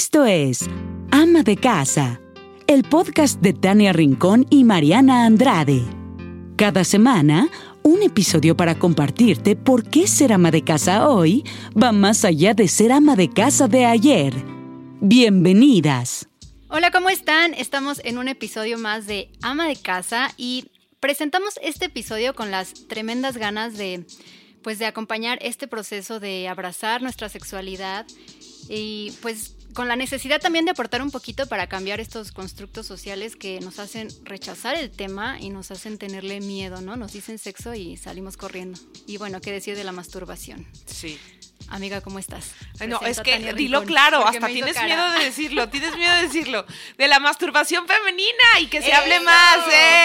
Esto es Ama de Casa, el podcast de Tania Rincón y Mariana Andrade. Cada semana, un episodio para compartirte por qué ser ama de casa hoy va más allá de ser ama de casa de ayer. Bienvenidas. Hola, ¿cómo están? Estamos en un episodio más de Ama de Casa y presentamos este episodio con las tremendas ganas de acompañar este proceso de abrazar nuestra sexualidad y pues con la necesidad también de aportar un poquito para cambiar estos constructos sociales que nos hacen rechazar el tema y nos hacen tenerle miedo, ¿no? Nos dicen sexo y salimos corriendo. Y bueno, ¿qué decir de la masturbación? Sí. Amiga, ¿cómo estás? No, es que dilo claro, hasta tienes miedo de decirlo, de la masturbación femenina y que se hable más.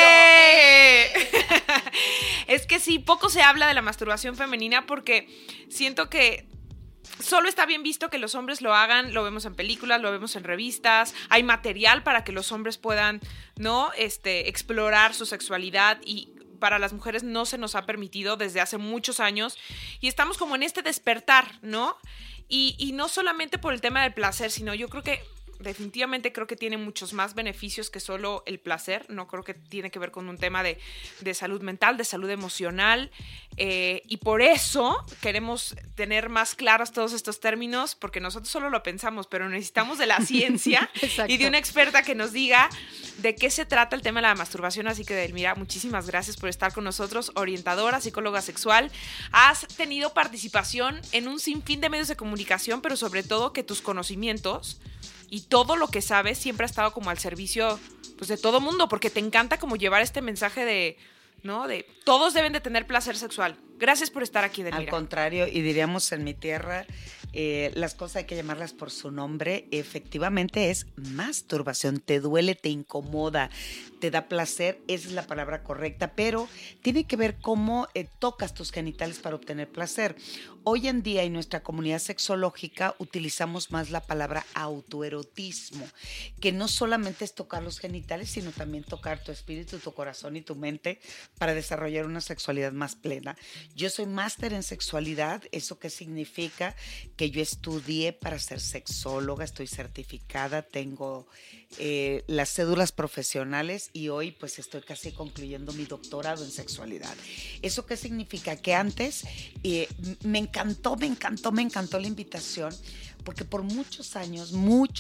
Es que sí, poco se habla de la masturbación femenina porque siento que solo está bien visto que los hombres lo hagan, lo vemos en películas, lo vemos en revistas, hay material para que los hombres puedan, ¿no? Explorar su sexualidad y para las mujeres no se nos ha permitido desde hace muchos años y estamos como en este despertar, ¿no? Y no solamente por el tema del placer, sino yo creo que definitivamente creo que tiene muchos más beneficios que solo el placer. No creo que tiene que ver con un tema de salud mental, de salud emocional y por eso queremos tener más claros todos estos términos porque nosotros solo lo pensamos, pero necesitamos de la ciencia y de una experta que nos diga de qué se trata el tema de la masturbación. Así que, Delmira, muchísimas gracias por estar con nosotros, orientadora, psicóloga sexual. Has tenido participación en un sinfín de medios de comunicación, pero sobre todo que tus conocimientos y todo lo que sabes siempre ha estado como al servicio pues, de todo mundo, porque te encanta como llevar este mensaje de, ¿no? De todos deben de tener placer sexual. Gracias por estar aquí, Delmira. Al contrario, y diríamos en mi tierra, las cosas hay que llamarlas por su nombre. Efectivamente es masturbación. Te duele, te incomoda, te da placer, esa es la palabra correcta, pero tiene que ver cómo tocas tus genitales para obtener placer. Hoy en día en nuestra comunidad sexológica utilizamos más la palabra autoerotismo, que no solamente es tocar los genitales, sino también tocar tu espíritu, tu corazón y tu mente para desarrollar una sexualidad más plena. Yo soy máster en sexualidad. ¿Eso qué significa? Que yo estudié para ser sexóloga, estoy certificada, tengo las cédulas profesionales y hoy pues estoy casi concluyendo mi doctorado en sexualidad. ¿Eso qué significa? Que antes me encantó la invitación porque por muchos años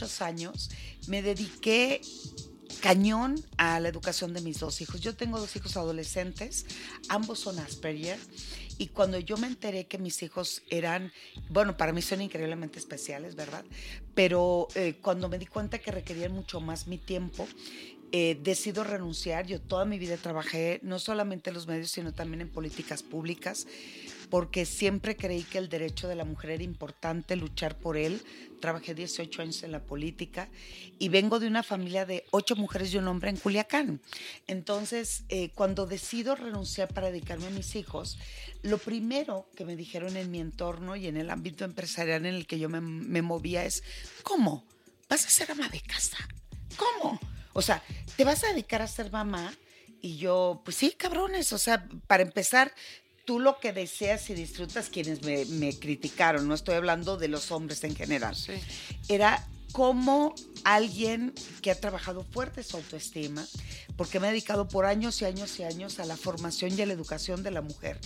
me dediqué cañón a la educación de mis dos hijos. Yo tengo dos hijos adolescentes, ambos son Asperger, y cuando yo me enteré que mis hijos eran, bueno, para mí son increíblemente especiales, ¿verdad? Pero cuando me di cuenta que requerían mucho más mi tiempo, decido renunciar. Yo toda mi vida trabajé no solamente en los medios, sino también en políticas públicas, porque siempre creí que el derecho de la mujer era importante, luchar por él. Trabajé 18 años en la política y vengo de una familia de 8 mujeres y un hombre en Culiacán. Entonces, cuando decido renunciar para dedicarme a mis hijos, lo primero que me dijeron en mi entorno y en el ámbito empresarial en el que yo me movía es, ¿cómo? ¿Vas a ser ama de casa? ¿Cómo? O sea, ¿te vas a dedicar a ser mamá? Y yo, pues sí, cabrones, o sea, para empezar, tú lo que deseas y disfrutas, quienes me criticaron, no estoy hablando de los hombres en general, sí. Era como alguien que ha trabajado fuerte su autoestima, porque me he dedicado por años y años y años a la formación y a la educación de la mujer.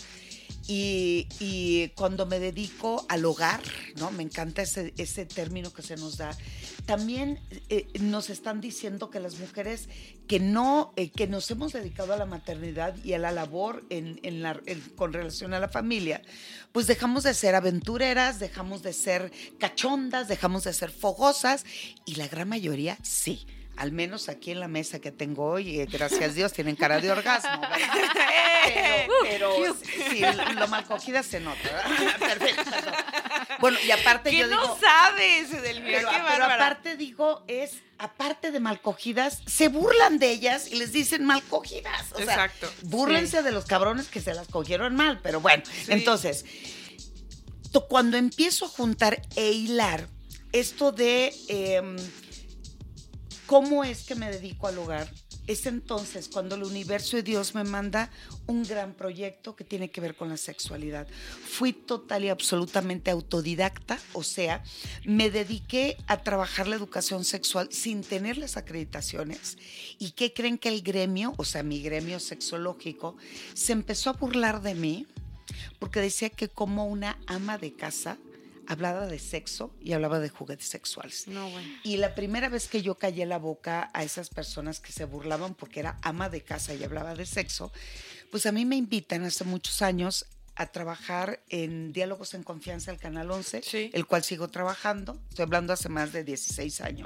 Y cuando me dedico al hogar, ¿no? Me encanta ese término que se nos da. También nos están diciendo que las mujeres que nos hemos dedicado a la maternidad y a la labor con relación a la familia, pues dejamos de ser aventureras, dejamos de ser cachondas, dejamos de ser fogosas, y la gran mayoría sí. Al menos aquí en la mesa que tengo hoy, gracias a Dios, tienen cara de orgasmo, ¿verdad? Pero sí, lo mal cogida se nota, ¿verdad? Perfecto. Bueno, y aparte yo digo... ¿Qué no sabes, Edelmira? Pero, ¡Qué bárbara! Pero aparte digo, aparte de mal cogidas, se burlan de ellas y les dicen mal cogidas. O exacto. Sea, búrlense sí. De los cabrones que se las cogieron mal, pero bueno. Sí. Entonces, cuando empiezo a juntar e hilar esto de... ¿cómo es que me dedico al hogar? es entonces cuando el universo y Dios me manda un gran proyecto que tiene que ver con la sexualidad. Fui total y absolutamente autodidacta, o sea, me dediqué a trabajar la educación sexual sin tener las acreditaciones. ¿Y qué creen? Que el gremio, o sea, mi gremio sexológico, se empezó a burlar de mí porque decía que como una ama de casa hablaba de sexo y hablaba de juguetes sexuales. No, bueno. Y la primera vez que yo callé la boca a esas personas que se burlaban porque era ama de casa y hablaba de sexo, pues a mí me invitan hace muchos años a trabajar en Diálogos en Confianza, el Canal 11, Sí. el cual sigo trabajando. Estoy hablando hace más de 16 años.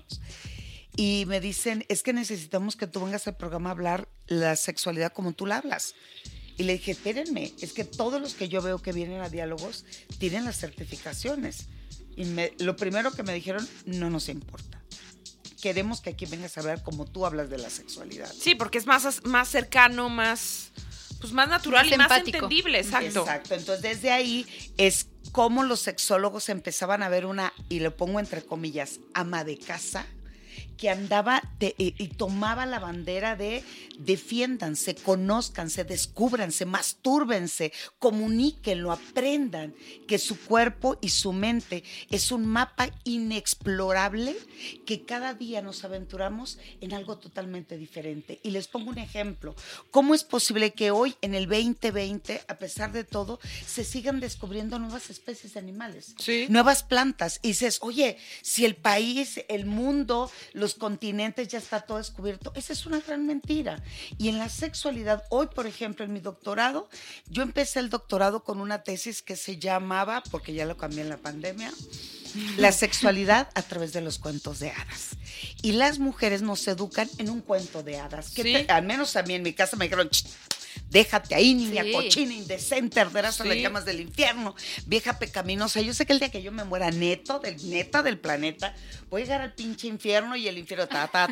Y me dicen, es que necesitamos que tú vengas al programa a hablar la sexualidad como tú la hablas. Y le dije, espérenme, es que todos los que yo veo que vienen a Diálogos tienen las certificaciones. Y lo primero que me dijeron, no nos importa. Queremos que aquí vengas a hablar como tú hablas de la sexualidad. Sí, porque es más cercano, más natural Más y más empático. entendible, exacto. Exacto. Entonces, desde ahí es como los sexólogos empezaban a ver una, y lo pongo entre comillas, ama de casa, que andaba y tomaba la bandera de defiéndanse, conózcanse, descúbranse, mastúrbense, comuníquenlo, aprendan que su cuerpo y su mente es un mapa inexplorable que cada día nos aventuramos en algo totalmente diferente. Y les pongo un ejemplo. ¿Cómo es posible que hoy, en el 2020, a pesar de todo, se sigan descubriendo nuevas especies de animales? Sí. Nuevas plantas. Y dices, oye, si el país, el mundo, los continentes ya está todo descubierto, esa es una gran mentira. Y en la sexualidad, hoy, por ejemplo, en mi doctorado, yo empecé el doctorado con una tesis que se llamaba, porque ya lo cambié en la pandemia, la sexualidad a través de los cuentos de hadas. Y las mujeres nos educan en un cuento de hadas. Que Sí. al menos a mí en mi casa me dijeron, déjate ahí, niña Sí. cochina, indecente, arderás a las Sí. llamas del infierno, vieja pecaminosa. Yo sé que el día que yo me muera neta del planeta, voy a llegar al pinche infierno y el infierno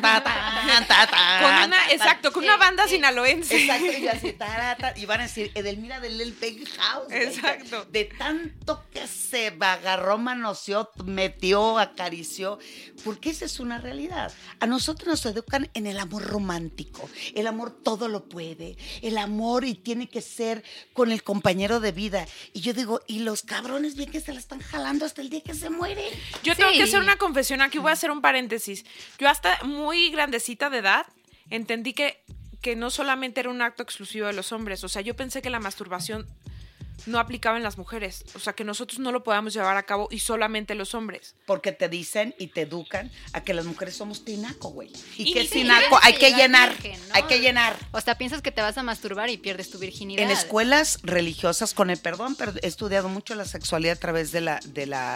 Con una banda sinaloense. Exacto, y así, y van a decir, Edelmira del Little Big House. Exacto. De tanto que se agarró, manoseó, metió, acarició, porque esa es una realidad. A nosotros nos educan en el amor romántico, el amor todo lo puede, el amor y tiene que ser con el compañero de vida. Y yo digo, y los cabrones bien que se la están jalando hasta el día que se mueren. Yo tengo Sí. que hacer una confesión aquí, voy a hacer un paréntesis. Yo hasta muy grandecita de edad entendí que no solamente era un acto exclusivo de los hombres. O sea, yo pensé que la masturbación no aplicaba en las mujeres. O sea, que nosotros no lo podamos llevar a cabo y solamente los hombres. Porque te dicen y te educan a que las mujeres somos tinaco, güey. Y ¿Y qué ni es siquiera tinaco? Hay que llegar llenar, virgen, ¿no? hay que llenar. O sea, piensas que te vas a masturbar y pierdes tu virginidad. En escuelas religiosas, con el perdón, pero he estudiado mucho la sexualidad a través de la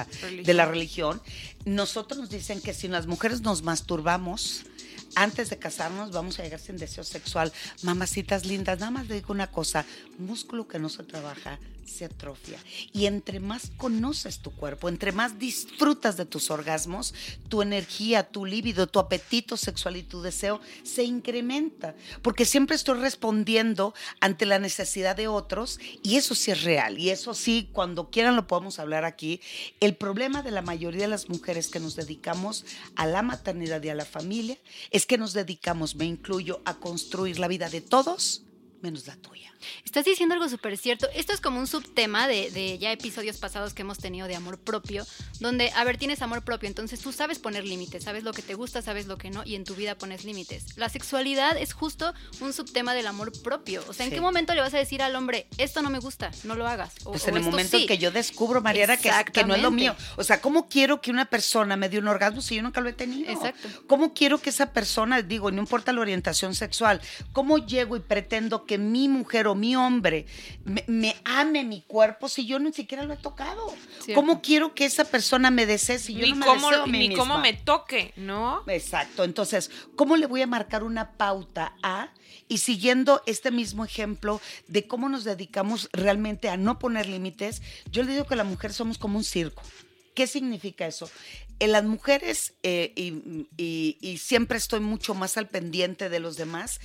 religión. Nosotros nos dicen que si las mujeres nos masturbamos antes de casarnos, vamos a llegar sin deseo sexual. Mamacitas lindas, nada más le digo una cosa, músculo que no se trabaja se atrofia. Y entre más conoces tu cuerpo, entre más disfrutas de tus orgasmos, tu energía, tu líbido, tu apetito sexual y tu deseo se incrementa. Porque siempre estoy respondiendo ante la necesidad de otros y eso sí es real. Y eso sí, cuando quieran lo podemos hablar aquí. El problema de la mayoría de las mujeres que nos dedicamos a la maternidad y a la familia es que nos dedicamos, me incluyo, a construir la vida de todos menos la tuya. Estás diciendo algo súper cierto. Esto es como un subtema de ya episodios pasados que hemos tenido de amor propio, donde, a ver, tienes amor propio, entonces tú sabes poner límites, sabes lo que te gusta, sabes lo que no, y en tu vida pones límites. La sexualidad es justo un subtema del amor propio. O sea, ¿en Sí. qué momento le vas a decir al hombre, esto no me gusta, no lo hagas? Pues o en el esto momento sí? en que yo descubro, Mariana, que no es lo mío. O sea, ¿cómo quiero que una persona me dé un orgasmo si yo nunca lo he tenido? Exacto. ¿Cómo quiero que esa persona, digo, no importa la orientación sexual, cómo llego y pretendo que mi mujer o mi hombre me ame mi cuerpo si yo ni siquiera lo he tocado? Cierto. ¿Cómo quiero que esa persona me desee si yo no me deseo a mí Ni misma? cómo me toque, ¿no? Exacto. Entonces, ¿cómo le voy a marcar una pauta a? Y siguiendo este mismo ejemplo de cómo nos dedicamos realmente a no poner límites, yo le digo que la mujer somos como un circo. ¿Qué significa eso? Las mujeres, y siempre estoy mucho más al pendiente de los demás,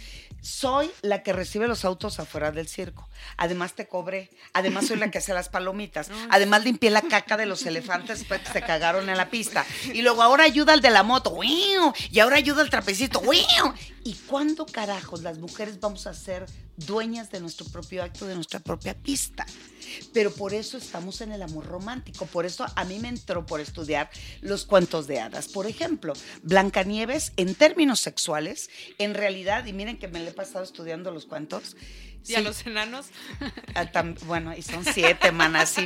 Soy la que recibe los autos afuera del circo. Además te cobré. Además soy la que hace las palomitas. Además limpié la caca de los elefantes después que se cagaron en la pista. Y luego ahora ayuda al de la moto. ¡Wiu! Y ahora ayuda al trapecito. ¡Wiu! ¿Y cuándo carajos las mujeres vamos a ser dueñas de nuestro propio acto, de nuestra propia pista? Pero por eso estamos en el amor romántico. Por eso a mí me entró por estudiar los cuentos de hadas. Por ejemplo, Blancanieves, en términos sexuales, en realidad, y miren que me le he pasado estudiando los cuentos. ¿Y sí, a los enanos? Bueno, y son 7, manas, sí.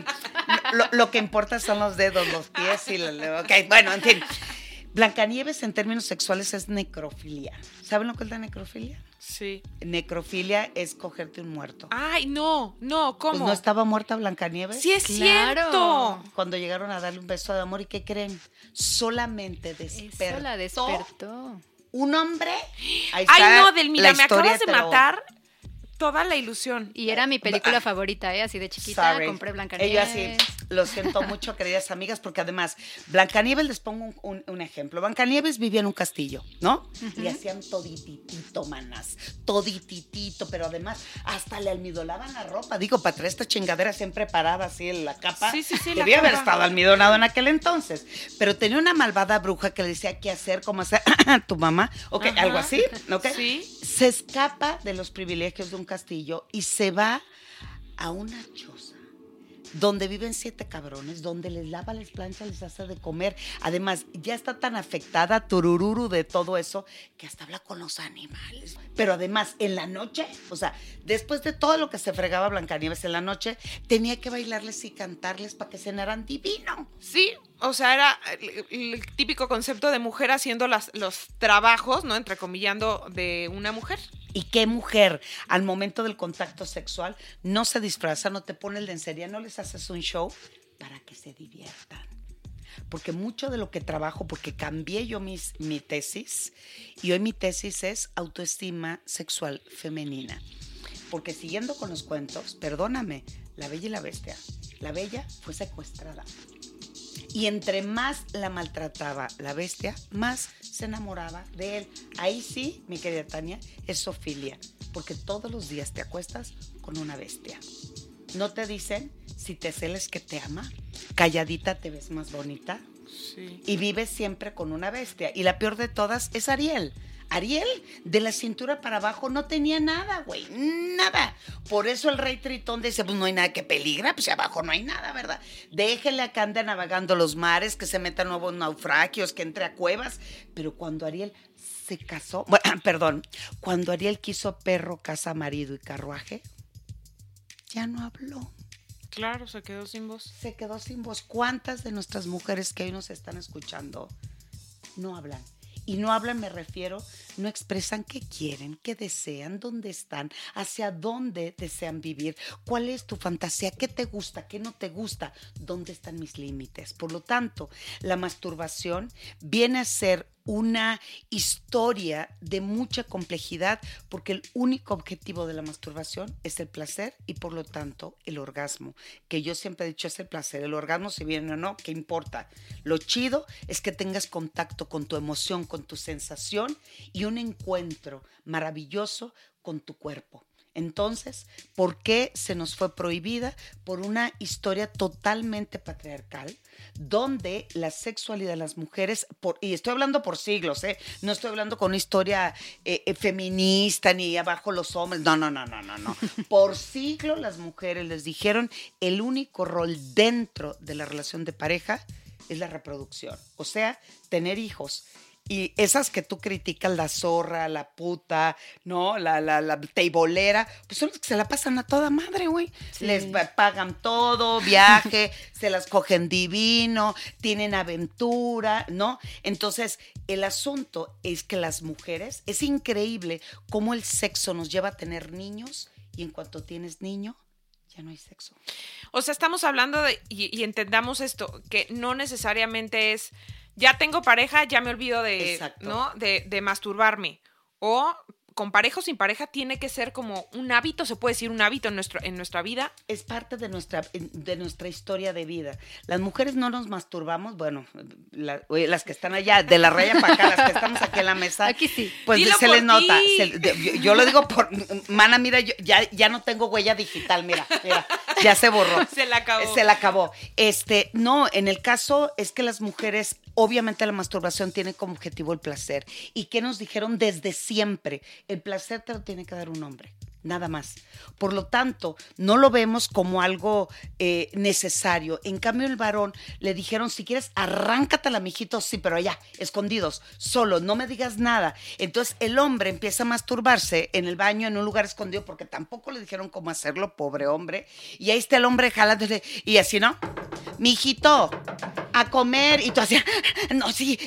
Lo que importa son los dedos, los pies y ok, bueno, en fin. Blancanieves en términos sexuales es necrofilia. ¿Saben lo que es la necrofilia? Sí. Necrofilia es cogerte un muerto. Ay, no, ¿cómo? Pues no estaba muerta Blancanieves. Sí es cierto. Cuando llegaron a darle un beso de amor, ¿y qué creen? Solamente despertó. Eso la despertó. Un hombre. Ahí Ay, está no, Delmira, la me historia, acabas de pero- matar toda la ilusión. Y era mi película favorita, así de chiquita, Sorry. compré Yo Blancanieves. así, lo siento mucho, queridas amigas, porque además, Blancanieves, les pongo un ejemplo. Blancanieves vivía en un castillo, ¿no? Y hacían todititito, manas, todititito, pero además hasta le almidolaban la ropa. Digo, para traer esta chingadera siempre parada así en la capa. Sí, la Debía haber capa. estado almidonado en aquel entonces. Pero tenía una malvada bruja que le decía qué hacer, cómo hacer tu mamá, ok, Ajá. algo así, ¿ok? Sí. Se escapa de los privilegios de un castillo y se va a una choza donde viven 7 cabrones, donde les lava, les plancha, les hace de comer. Además, ya está tan afectada turururu de todo eso que hasta habla con los animales. Pero además, en la noche, o sea, después de todo lo que se fregaba Blancanieves en la noche, tenía que bailarles y cantarles para que cenaran divino. Sí, o sea, era el típico concepto de mujer haciendo los trabajos, ¿no? Entrecomillando, de una mujer. ¿Y qué mujer al momento del contacto sexual no se disfraza, no te pone el lencería, no les haces un show para que se diviertan? Porque mucho de lo que trabajo, porque cambié yo mi tesis, y hoy mi tesis es autoestima sexual femenina. Porque siguiendo con los cuentos, perdóname, La Bella y la Bestia, la Bella fue secuestrada. Y entre más la maltrataba la bestia, más se enamoraba de él. Ahí sí, mi querida Tania, es zoofilia, porque todos los días te acuestas con una bestia. ¿No te dicen, si te celes que te ama, calladita te ves más bonita? Sí. Y vives siempre con una bestia. Y la peor de todas es Ariel. Ariel, de la cintura para abajo, no tenía nada, güey, nada. Por eso el rey Tritón dice, pues no hay nada que peligra, pues abajo no hay nada, ¿verdad? Déjenle que ande navegando los mares, que se meta nuevos naufragios, que entre a cuevas. Pero cuando Ariel se casó, bueno, perdón, cuando Ariel quiso perro, casa, marido y carruaje, ya no habló. Claro, se quedó sin voz. Se quedó sin voz. ¿Cuántas de nuestras mujeres que hoy nos están escuchando no hablan? Y no hablan, me refiero, no expresan qué quieren, qué desean, dónde están, hacia dónde desean vivir, cuál es tu fantasía, qué te gusta, qué no te gusta, dónde están mis límites. Por lo tanto, la masturbación viene a ser una historia de mucha complejidad, porque el único objetivo de la masturbación es el placer y por lo tanto el orgasmo, que yo siempre he dicho es el placer. El orgasmo, si viene o no, ¿qué importa? Lo chido es que tengas contacto con tu emoción, con tu sensación y un encuentro maravilloso con tu cuerpo. Entonces, ¿por qué se nos fue prohibida? Por una historia totalmente patriarcal, donde la sexualidad de las mujeres, y estoy hablando por siglos, no estoy hablando con una historia feminista ni abajo los hombres, no. Por siglos las mujeres les dijeron el único rol dentro de la relación de pareja es la reproducción, o sea, tener hijos. Y esas que tú criticas, la zorra, la puta, ¿no? La teibolera, pues son las que se la pasan a toda madre, güey. Sí. Les pagan todo, viaje, se las cogen divino, tienen aventura, ¿no? Entonces, el asunto es que las mujeres, es increíble cómo el sexo nos lleva a tener niños y en cuanto tienes niño, ya no hay sexo. O sea, estamos hablando de, y entendamos esto, que no necesariamente es, ya tengo pareja, ya me olvido de, Exacto. ¿no? de masturbarme. O con pareja o sin pareja, tiene que ser como un hábito, se puede decir un hábito en nuestra vida. Es parte de nuestra historia de vida. Las mujeres no nos masturbamos, bueno, las que están allá, de la raya para acá, las que estamos aquí en la mesa. Aquí sí. Pues Dilo se por les nota. ti. Yo lo digo por... Mana, mira, yo ya no tengo huella digital, mira, ya se borró. Se la acabó. Se la acabó. No, en el caso es que las mujeres, obviamente la masturbación tiene como objetivo el placer. ¿Y qué nos dijeron desde siempre? El placer te lo tiene que dar un hombre. Nada más. Por lo tanto, no lo vemos como algo necesario. En cambio, el varón le dijeron, si quieres, arráncatela, mijito, sí, pero allá, escondidos, solo, no me digas nada. Entonces, el hombre empieza a masturbarse en el baño, en un lugar escondido, porque tampoco le dijeron cómo hacerlo, pobre hombre. Y ahí está el hombre jalándole, y así, ¿no? Mijito, a comer. Y tú así, no, sí,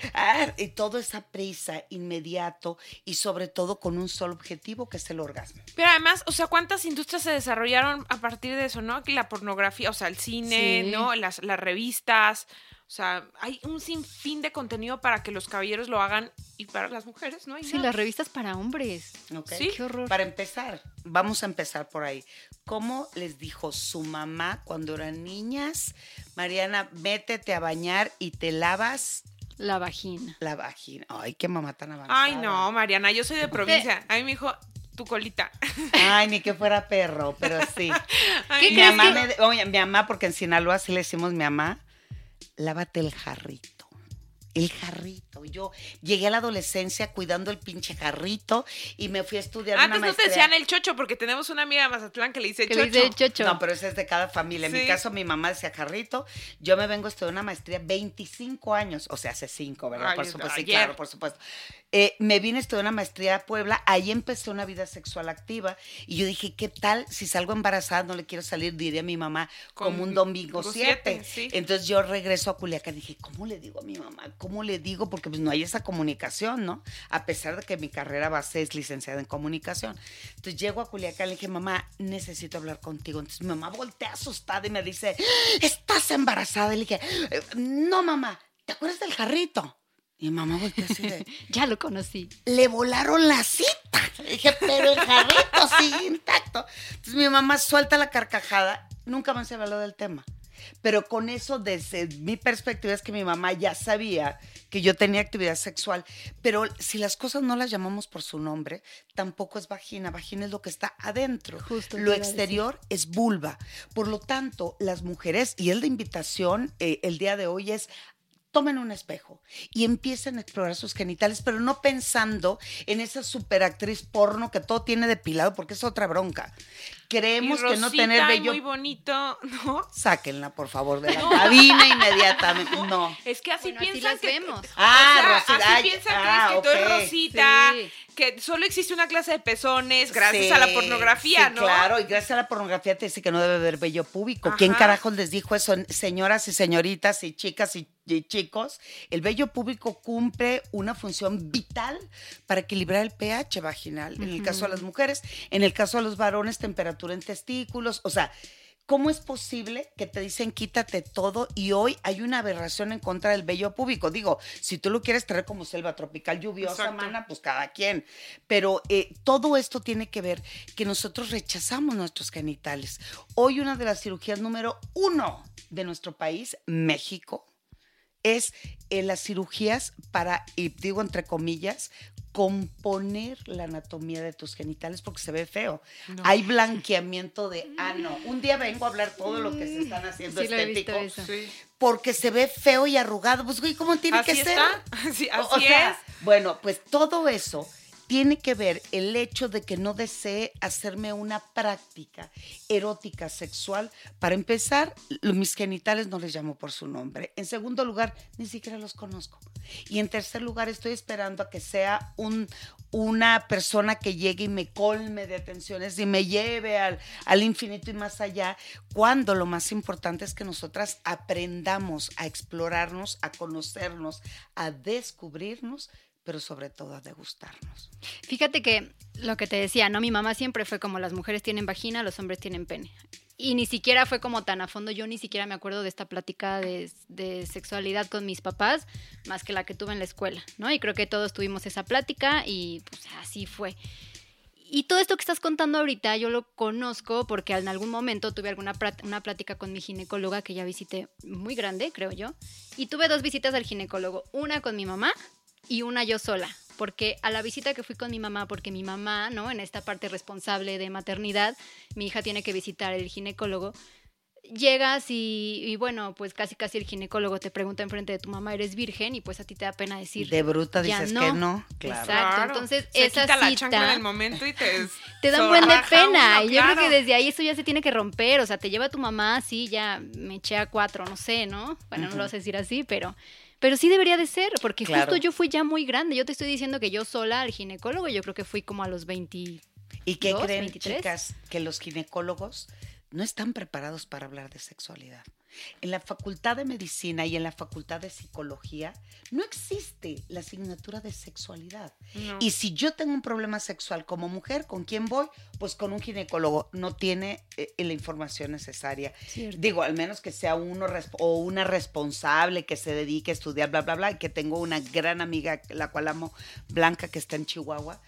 y toda esa prisa inmediato, y sobre todo con un solo objetivo, que es el orgasmo. Pero además, o sea, ¿cuántas industrias se desarrollaron a partir de eso, no? La pornografía, o sea, el cine, Sí. ¿no? Las revistas, o sea, hay un sinfín de contenido para que los caballeros lo hagan y para las mujeres no hay Sí, nada. las revistas para hombres. ¿Ok? Sí. Qué horror. Para empezar, vamos a empezar por ahí. ¿Cómo les dijo su mamá cuando eran niñas? Mariana, métete a bañar y te lavas La vagina. la vagina. Ay, qué mamá tan avanzada. Ay, no, Mariana, yo soy de provincia. A mí me dijo, tu colita. Ay, ni que fuera perro, pero sí. Ay, ¿Qué Mi crees mamá, que- oye, mi mamá, porque en Sinaloa sí le decimos mi mamá, lávate el jarrito. El jarrito. Yo llegué a la adolescencia cuidando el pinche jarrito y me fui a estudiar una Antes no te maestría. decían el chocho porque tenemos una amiga de Mazatlán que le dice Que le chocho. dice chocho. No, pero ese es de cada familia. En Sí. mi caso, mi mamá decía jarrito. Yo me vengo a estudiar una maestría 25 años. O sea, hace 5, ¿verdad? Ay, Por supuesto, sí, ayer. claro, por supuesto. Me vine a estudiar una maestría a Puebla. Ahí empecé una vida sexual activa. Y yo dije, ¿qué tal si salgo embarazada? No le quiero salir, diría a mi mamá, como Con un domingo 7. sí. Entonces yo regreso a Culiacán y dije, ¿cómo le digo a mi mamá? ¿Cómo le digo? Porque pues no hay esa comunicación, ¿no? A pesar de que mi carrera base es licenciada en comunicación. Entonces llego a Culiacán y le dije, mamá, necesito hablar contigo. Entonces mi mamá voltea asustada y me dice, ¿estás embarazada? Y le dije, no, mamá, ¿te acuerdas del jarrito? Y mi mamá voltea así de, Ya lo conocí. le volaron la cita. Le dije, pero el jarrito sigue intacto. Entonces mi mamá suelta la carcajada. Nunca más se habló del tema. Pero con eso, desde mi perspectiva, es que mi mamá ya sabía que yo tenía actividad sexual. Pero si las cosas no las llamamos por su nombre, tampoco es vagina. Vagina es lo que está adentro. Justo te Lo iba a exterior es vulva. Por lo tanto, las mujeres, y es la invitación el día de hoy, es tomen un espejo y empiecen a explorar sus genitales, pero no pensando en esa superactriz porno que todo tiene depilado, porque es otra bronca. Creemos Y que no rosita tener y vello... muy bonito, ¿no? Sáquenla, por favor, de la cabina inmediatamente. No. Es que así Bueno, así piensan las que vemos. Rosita. así piensan que todo es ok. rosita, Sí. que solo existe una clase de pezones gracias Sí, a la pornografía, sí, ¿no? Claro, y gracias a la pornografía te dice que no debe haber vello púbico. Ajá. ¿Quién carajos les dijo eso? Señoras y señoritas y chicas y chicos, el vello púbico cumple una función vital para equilibrar el pH vaginal, en el caso de las mujeres, en el caso de los varones, temperatura en testículos, o sea, ¿cómo es posible que te dicen quítate todo y hoy hay una aberración en contra del vello púbico? Digo, si tú lo quieres traer como selva tropical lluviosa, Exacto. mana, pues cada quien. Pero todo esto tiene que ver que nosotros rechazamos nuestros genitales. Hoy una de las cirugías número 1 de nuestro país, México, es las cirugías para, y digo entre comillas, componer la anatomía de tus genitales porque se ve feo. No. Hay blanqueamiento de ano. Un día vengo a hablar todo lo que se están haciendo Sí, lo he visto estético. eso. Sí. Porque se ve feo y arrugado. Pues, güey, ¿cómo tiene Así que ser? está. Sí, O así sea, es. bueno, pues todo eso tiene que ver el hecho de que no desee hacerme una práctica erótica sexual. Para empezar, mis genitales no les llamo por su nombre. En segundo lugar, ni siquiera los conozco. Y en tercer lugar, estoy esperando a que sea una persona que llegue y me colme de atenciones y me lleve al infinito y más allá, cuando lo más importante es que nosotras aprendamos a explorarnos, a conocernos, a descubrirnos, pero sobre todo a degustarnos. Fíjate que lo que te decía, ¿no? Mi mamá siempre fue como las mujeres tienen vagina, los hombres tienen pene. Y ni siquiera fue como tan a fondo, yo ni siquiera me acuerdo de esta plática de sexualidad con mis papás, más que la que tuve en la escuela, ¿no? Y creo que todos tuvimos esa plática y pues así fue. Y todo esto que estás contando ahorita yo lo conozco porque en algún momento tuve una plática con mi ginecóloga que ya visité muy grande, creo yo. Y tuve 2 visitas al ginecólogo, una con mi mamá y una yo sola. Porque a la visita que fui con mi mamá, porque mi mamá, ¿no? En esta parte responsable de maternidad, mi hija tiene que visitar el ginecólogo. Llegas y bueno, pues casi el ginecólogo te pregunta enfrente de tu mamá, ¿eres virgen? Y pues a ti te da pena decir. De bruta dices no. que no. Claro. Exacto, entonces se esa quita cita la chancla en el momento y te da un buen de pena. Uno, y yo creo que desde ahí eso ya se tiene que romper. O sea, te lleva tu mamá, sí, ya me eché a 4, no sé, ¿no? Bueno, no lo vas a decir así, pero sí debería de ser, porque justo yo fui ya muy grande. Yo te estoy diciendo que yo sola al ginecólogo, yo creo que fui como a los 20. ¿Y qué creen, 23? chicas? Que los ginecólogos no están preparados para hablar de sexualidad. En la Facultad de Medicina y en la Facultad de Psicología no existe la asignatura de sexualidad. No. Y si yo tengo un problema sexual como mujer, ¿con quién voy? Pues con un ginecólogo. No tiene la información necesaria. Cierto. Digo, al menos que sea uno o una responsable que se dedique a estudiar, bla, bla, bla. Y que tengo una gran amiga, la cual amo, Blanca, que está en Chihuahua.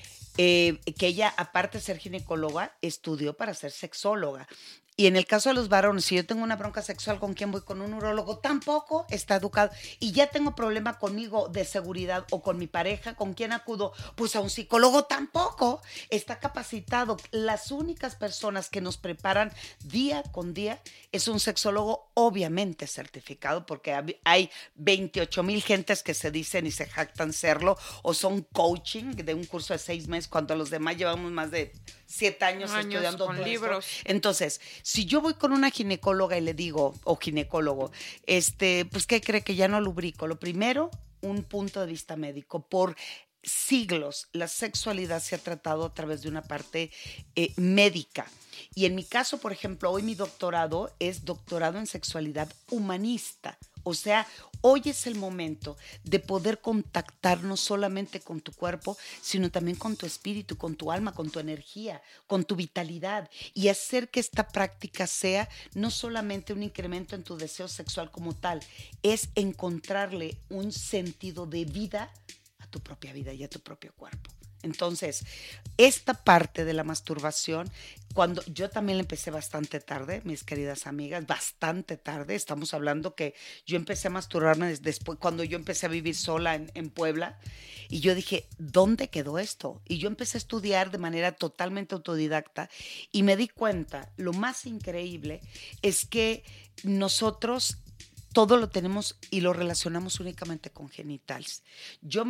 Que ella, aparte de ser ginecóloga, estudió para ser sexóloga. Y en el caso de los varones, si yo tengo una bronca sexual, ¿con quién voy? Con un urólogo, tampoco está educado. Y ya tengo problema conmigo de seguridad o con mi pareja, ¿con quién acudo? Pues a un psicólogo, tampoco está capacitado. Las únicas personas que nos preparan día con día es un sexólogo, obviamente certificado, porque hay 28,000 gentes que se dicen y se jactan serlo, o son coaching de un curso de 6 meses, cuando los demás llevamos más de 7 años estudiando con todo libros. Esto. Entonces, si yo voy con una ginecóloga y le digo, o ginecólogo, pues ¿qué cree? Que ya no lubrico. Lo primero, un punto de vista médico. Por siglos, la sexualidad se ha tratado a través de una parte médica. Y en mi caso, por ejemplo, hoy mi doctorado es doctorado en sexualidad humanista. O sea, hoy es el momento de poder contactar no solamente con tu cuerpo, sino también con tu espíritu, con tu alma, con tu energía, con tu vitalidad, y hacer que esta práctica sea no solamente un incremento en tu deseo sexual como tal, es encontrarle un sentido de vida a tu propia vida y a tu propio cuerpo. Entonces, esta parte de la masturbación, cuando yo también la empecé bastante tarde, mis queridas amigas, bastante tarde. Estamos hablando que yo empecé a masturbarme después, cuando yo empecé a vivir sola en Puebla, y yo dije, ¿dónde quedó esto? Y yo empecé a estudiar de manera totalmente autodidacta y me di cuenta, lo más increíble es que nosotros todo lo tenemos y lo relacionamos únicamente con genitales. Yo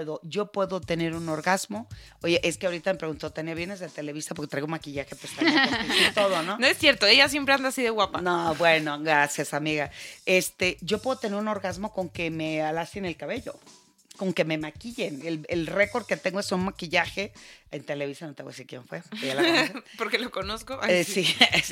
puedo tener un orgasmo. Yo es que ahorita me preguntó, Tania, ¿vienes de Televisa? Porque traigo maquillaje, pestañas y todo, ¿no? No es cierto, ella siempre anda así de guapa. No, bueno, gracias, amiga. Yo puedo tener un orgasmo con que me alacien el cabello, con que me maquillen. El récord que tengo es un maquillaje. En Televisa no te voy a decir quién fue. Porque lo conozco. Ay, sí.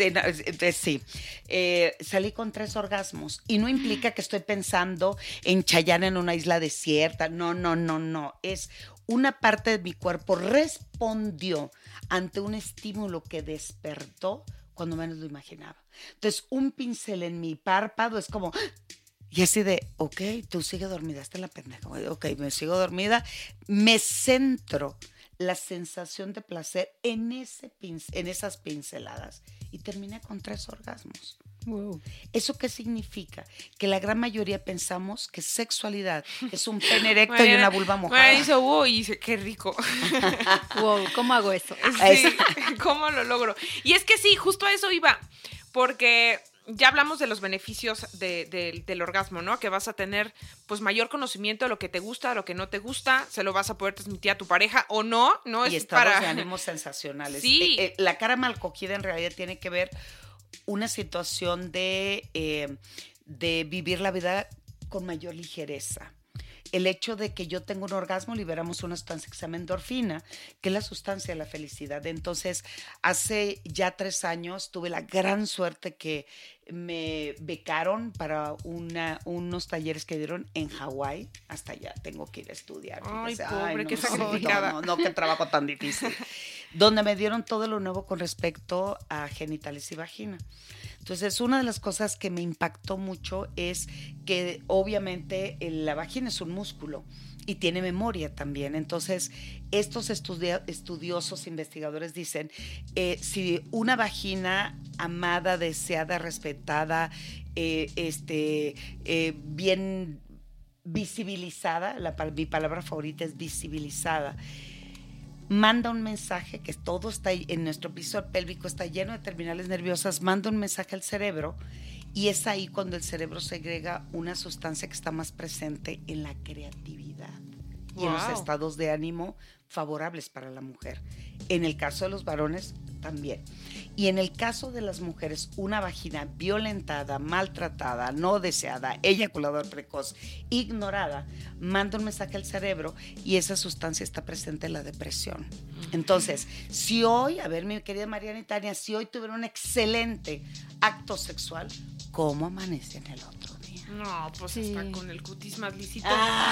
Sí. Salí con 3 orgasmos. Y no implica que estoy pensando en Chayanne en una isla desierta. No. Es una parte de mi cuerpo respondió ante un estímulo que despertó cuando menos lo imaginaba. Entonces, un pincel en mi párpado es como... Y así de, ok, tú sigue dormida, esta es la pendeja. Ok, me sigo dormida, me centro la sensación de placer en esas pinceladas y terminé con 3 orgasmos. Wow. ¿Eso qué significa? Que la gran mayoría pensamos que sexualidad es un pene erecto y una vulva mojada. Mariana hizo wow y dice, qué rico. Wow, ¿cómo hago eso? Sí, ¿cómo lo logro? Y es que sí, justo a eso iba, porque... Ya hablamos de los beneficios del orgasmo, ¿no? Que vas a tener pues mayor conocimiento de lo que te gusta, de lo que no te gusta, se lo vas a poder transmitir a tu pareja o no, ¿no? Y estados de ánimos sensacionales. Sí. La cara mal cogida en realidad tiene que ver una situación de vivir la vida con mayor ligereza. el hecho de que yo tengo un orgasmo, liberamos una sustancia que se llama endorfina, que es la sustancia de la felicidad. Entonces, hace ya 3 años tuve la gran suerte que me becaron para unos talleres que dieron en Hawái. Hasta allá tengo que ir a estudiar. Ay, Fíjese. pobre, qué no, sacrificada. no, qué trabajo tan difícil. Donde me dieron todo lo nuevo con respecto a genitales y vagina. Entonces, una de las cosas que me impactó mucho es que obviamente la vagina es un músculo y tiene memoria también. Entonces, estos estudiosos, investigadores dicen, si una vagina amada, deseada, respetada, bien visibilizada, mi palabra favorita es visibilizada, manda un mensaje, que todo está ahí, en nuestro piso pélvico está lleno de terminales nerviosas, manda un mensaje al cerebro y es ahí cuando el cerebro segrega una sustancia que está más presente en la creatividad y en los estados de ánimo favorables para la mujer. En el caso de los varones, también. Y en el caso de las mujeres, una vagina violentada, maltratada, no deseada, eyaculador precoz, ignorada, manda un mensaje al cerebro y esa sustancia está presente en la depresión. Entonces, si hoy, a ver, mi querida Mariana y Tania, si hoy tuvieron un excelente acto sexual, ¿cómo amanecen el otro día? No, pues Sí. está con el cutis más lisito.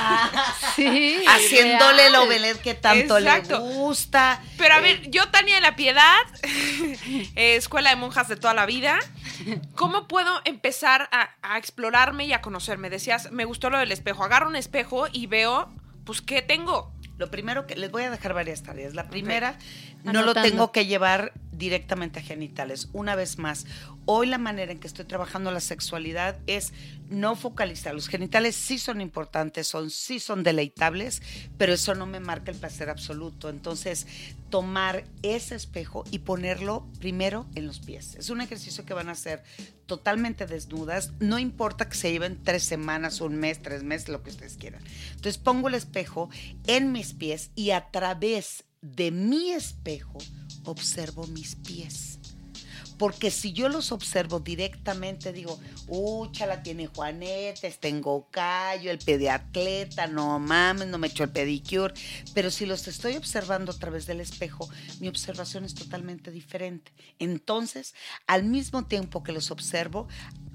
Sí. Haciéndole el ovelet que tanto Exacto. le gusta. Pero a ver, yo, Tania de la Piedad, escuela de monjas de toda la vida, ¿cómo puedo empezar a explorarme y a conocerme? Decías, me gustó lo del espejo. Agarro un espejo y veo, pues, ¿qué tengo? Lo primero que les voy a dejar varias tareas. La primera, no Anotando. lo tengo que llevar directamente a genitales. Una vez más, hoy la manera en que estoy trabajando la sexualidad es no focalizar. Los genitales sí son importantes, sí son deleitables, pero eso no me marca el placer absoluto. Entonces, tomar ese espejo y ponerlo primero en los pies. Es un ejercicio que van a hacer totalmente desnudas. No importa que se lleven 3 semanas, 1 mes, 3 meses, lo que ustedes quieran. Entonces, pongo el espejo en mis pies y a través de mi espejo observo mis pies. Porque si yo los observo directamente, digo, chala, tiene juanetes, tengo callo, el pediatleta, no mames, no me echó el pedicure. Pero si los estoy observando a través del espejo, mi observación es totalmente diferente. Entonces, al mismo tiempo que los observo,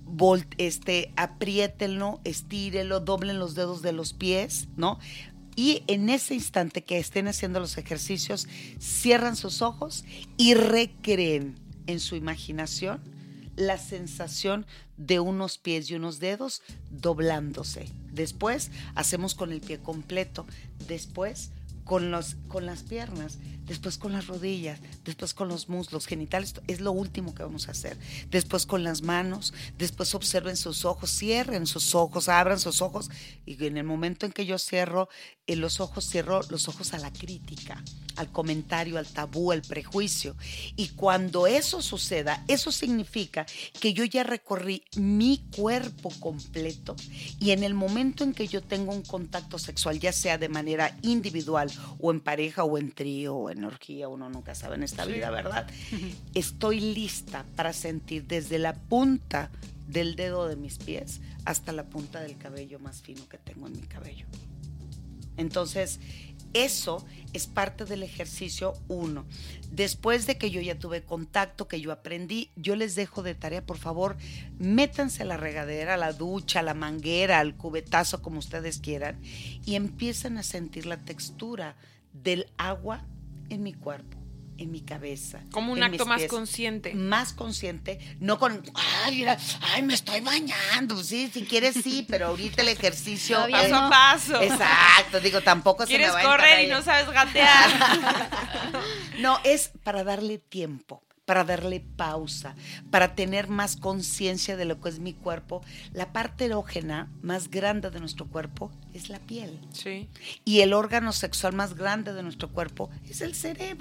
apriétenlo, estírenlo, doblen los dedos de los pies, ¿no? Y en ese instante que estén haciendo los ejercicios, cierran sus ojos y recreen en su imaginación la sensación de unos pies y unos dedos doblándose. Después hacemos con el pie completo, después con las piernas, después con las rodillas, después con los muslos genitales, es lo último que vamos a hacer. Después con las manos, después observen sus ojos, cierren sus ojos, abran sus ojos y en el momento en que yo cierro los ojos a la crítica, al comentario, al tabú, al prejuicio. Y cuando eso suceda, eso significa que yo ya recorrí mi cuerpo completo y en el momento en que yo tengo un contacto sexual, ya sea de manera individual o en pareja o en trío o en orgía, uno nunca sabe en esta vida, ¿verdad? Estoy lista para sentir desde la punta del dedo de mis pies hasta la punta del cabello más fino que tengo en mi cabello. Entonces, eso es parte del ejercicio 1. Después de que yo ya tuve contacto, que yo aprendí, yo les dejo de tarea, por favor, métanse a la regadera, a la ducha, a la manguera, al cubetazo, como ustedes quieran, y empiecen a sentir la textura del agua en mi cuerpo, en mi cabeza. Como un acto más consciente. Más consciente, no con, me estoy bañando. Sí, si quieres sí, pero ahorita el ejercicio. Paso a paso. Exacto, digo, tampoco se me va a ¿Quieres correr y no sabes gatear? No, es para darle tiempo, para darle pausa, para tener más conciencia de lo que es mi cuerpo. La parte erógena más grande de nuestro cuerpo es la piel. Sí. Y el órgano sexual más grande de nuestro cuerpo es el cerebro.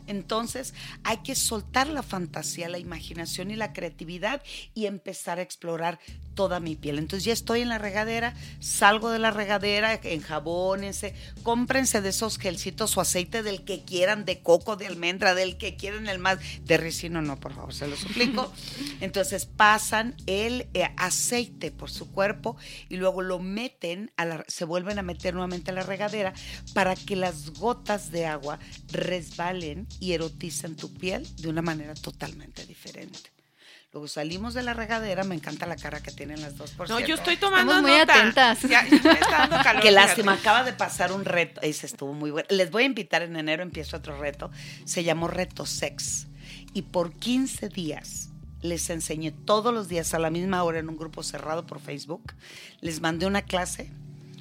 Entonces hay que soltar la fantasía, la imaginación y la creatividad y empezar a explorar toda mi piel. Entonces ya estoy en la regadera, salgo de la regadera, enjabónense, cómprense de esos gelcitos o aceite del que quieran, de coco, de almendra, del que quieran, el más, de ricino no, por favor, se lo suplico. Entonces pasan el aceite por su cuerpo y luego lo meten, se vuelven a meter nuevamente a la regadera para que las gotas de agua resbalen y eroticen tu piel de una manera totalmente diferente. Luego salimos de la regadera, me encanta la cara que tienen las dos, por No, cierto. yo estoy tomando Estamos muy nota. atentas. Ya me está dando calor. Qué lástima, fíjate. acaba de pasar un reto, ese estuvo muy bueno. Les voy a invitar en enero, empiezo otro reto, se llamó Reto Sex. Y por 15 días les enseñé todos los días a la misma hora en un grupo cerrado por Facebook. Les mandé una clase,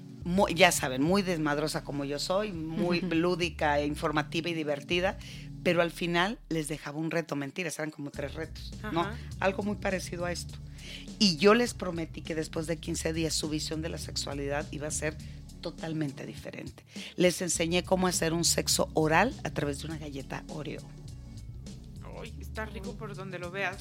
ya saben, muy desmadrosa como yo soy, muy lúdica, informativa y divertida, pero al final les dejaba un reto, mentiras, eran como 3 retos, ¿no? Ajá. Algo muy parecido a esto. Y yo les prometí que después de 15 días su visión de la sexualidad iba a ser totalmente diferente. Les enseñé cómo hacer un sexo oral a través de una galleta Oreo. Ay, está rico por donde lo veas.